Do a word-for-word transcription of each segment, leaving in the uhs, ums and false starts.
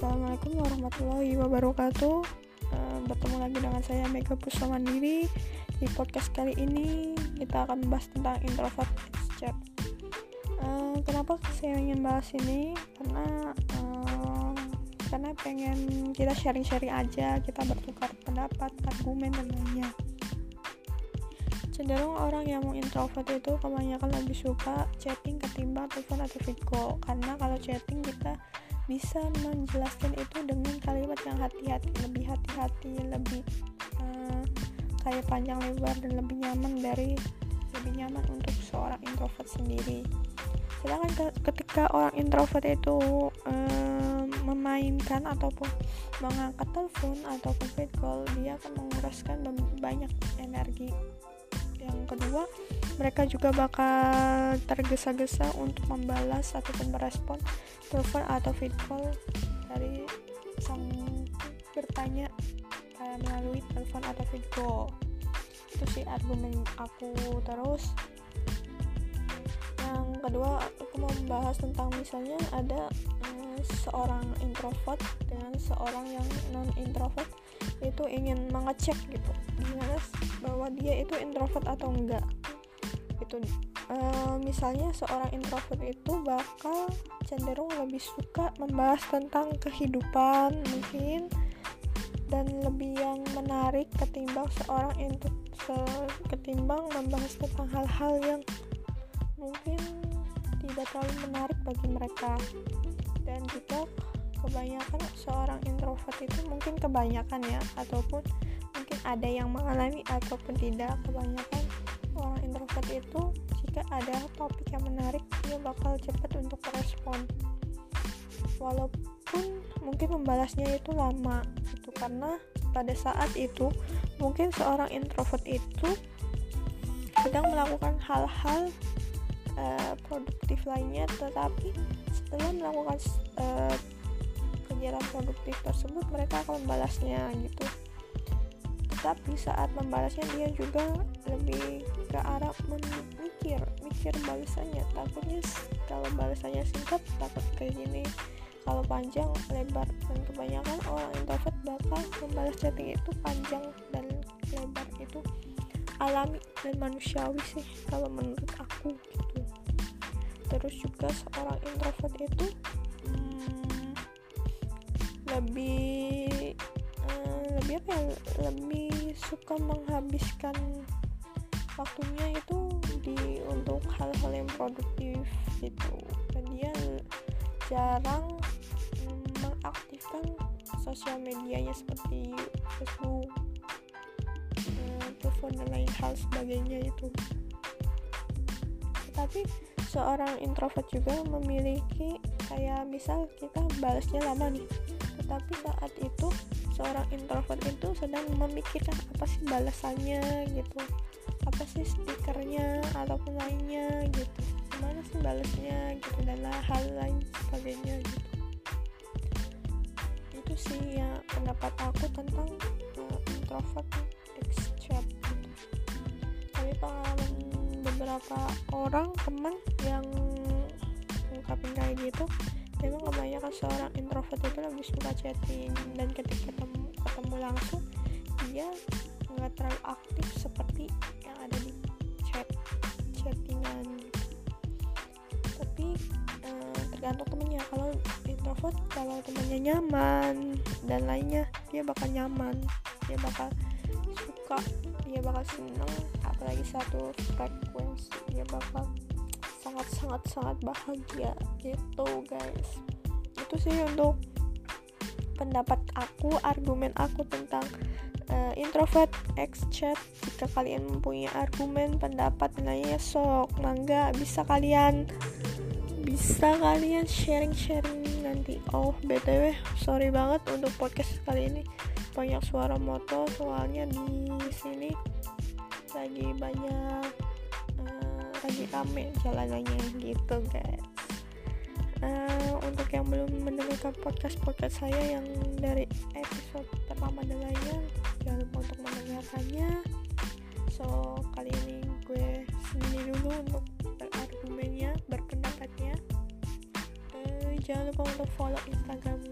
Assalamualaikum warahmatullahi wabarakatuh. uh, Bertemu lagi dengan saya Mega Puspa Mandiri. Di podcast kali ini kita akan membahas tentang introvert extrovert. uh, Kenapa saya ingin bahas ini? Karena uh, Karena pengen kita sharing-sharing aja, kita bertukar pendapat, argumen, dan lainnya. Cenderung orang yang mau introvert itu kebanyakan lebih suka chatting ketimbang telepon atau video call. Karena kalau chatting kita bisa menjelaskan itu dengan kalimat yang hati-hati, lebih hati-hati, lebih uh, kayak panjang lebar dan lebih nyaman dari lebih nyaman untuk seorang introvert sendiri. Sedangkan ketika orang introvert itu uh, memainkan ataupun mengangkat telepon ataupun video call, dia akan menguraskan banyak energi. Yang kedua, mereka juga bakal tergesa-gesa untuk membalas ataupun merespon telepon atau video call dari sang bertanya uh, melalui telepon atau video call. Itu sih argumen aku. Terus yang kedua, aku mau membahas tentang misalnya ada uh, seorang introvert dengan seorang yang non introvert itu ingin mengecek gitu gimana bahwa dia itu introvert atau enggak. Itu uh, misalnya seorang introvert itu bakal cenderung lebih suka membahas tentang kehidupan mungkin dan lebih yang menarik ketimbang seorang intro se- ketimbang membahas tentang hal-hal yang mungkin tidak terlalu menarik bagi mereka. Dan juga kebanyakan seorang introvert itu mungkin kebanyakan ya, ataupun mungkin ada yang mengalami ataupun tidak, kebanyakan orang introvert itu jika ada topik yang menarik dia bakal cepat untuk merespon, walaupun mungkin membalasnya itu lama itu karena pada saat itu mungkin seorang introvert itu sedang melakukan hal-hal uh, produktif lainnya, tetapi setelah melakukan uh, kegiatan produktif tersebut mereka akan membalasnya gitu. Tetapi saat membalasnya dia juga lebih ke arah memikir mikir balasannya. Takutnya kalau balasannya singkat takut kayak gini, kalau panjang lebar. Dan kebanyakan orang introvert bakal membalas chatting itu panjang dan lebar. Itu alami dan manusiawi sih kalau menurut aku gitu. Terus juga seorang introvert itu hmm, lebih uh, lebih apa ya lebih suka menghabiskan waktunya itu di untuk hal-hal yang produktif gitu, dan dia jarang mm, mengaktifkan sosial medianya seperti Facebook, uh, telepon dan lain hal sebagainya itu. Tetapi seorang introvert juga memiliki kayak misal kita balasnya lama nih, tetapi saat itu seorang introvert itu sedang memikirkan apa sih balasannya gitu, apa sih stikernya ataupun lainnya gitu, gimana sih balasnya gitu, dan hal lain sebagainya gitu. Itu sih ya pendapat aku tentang uh, introvert extrovert gitu. Tapi pengalaman beberapa orang teman yang ngungkapin kayak gitu, memang kebanyakan seorang introvert itu lebih suka chatting, dan ketika ketemu, ketemu langsung dia nggak terlalu aktif seperti yang ada di chat chattingan gitu. Tapi eh, tergantung temennya. Kalau introvert, kalau temennya nyaman dan lainnya, dia bakal nyaman, dia bakal suka, dia bakal seneng, apalagi satu frekuensi, dia bakal sangat-sangat-sangat bahagia gitu guys. Itu sih untuk pendapat aku, argumen aku tentang uh, introvert extrovert. Jika kalian mempunyai argumen, pendapat lainnya, sok mangga bisa kalian bisa kalian sharing-sharing nanti. Oh btw sorry banget untuk podcast kali ini banyak suara motor, soalnya di sini lagi banyak lagi rame jalanannya gitu guys. Uh, untuk yang belum mendengarkan podcast-podcast saya yang dari episode pertama dan lainnya, jangan lupa untuk mendengarkannya. So kali ini gue sendiri dulu untuk berargumennya, berpendapatnya. Uh, jangan lupa untuk follow Instagram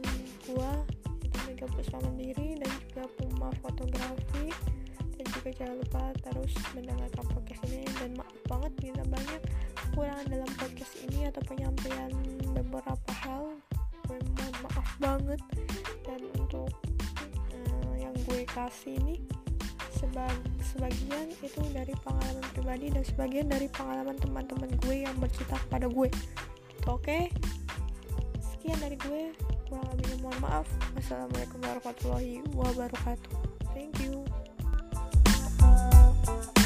gue itu Mega Puspa Mandiri dan juga Puma Fotografi. Dan juga jangan lupa terus mendengarkan podcast ini, dan maaf banget bila banyak kekurangan dalam podcast ini atau penyampaian beberapa hal, gue mohon maaf banget. Dan untuk uh, yang gue kasih ini sebag- sebagian itu dari pengalaman pribadi dan sebagian dari pengalaman teman-teman gue yang bercerita kepada gue. Oke, sekian dari gue, kurang lebihnya mohon maaf. Wassalamualaikum warahmatullahi wabarakatuh. Thank you.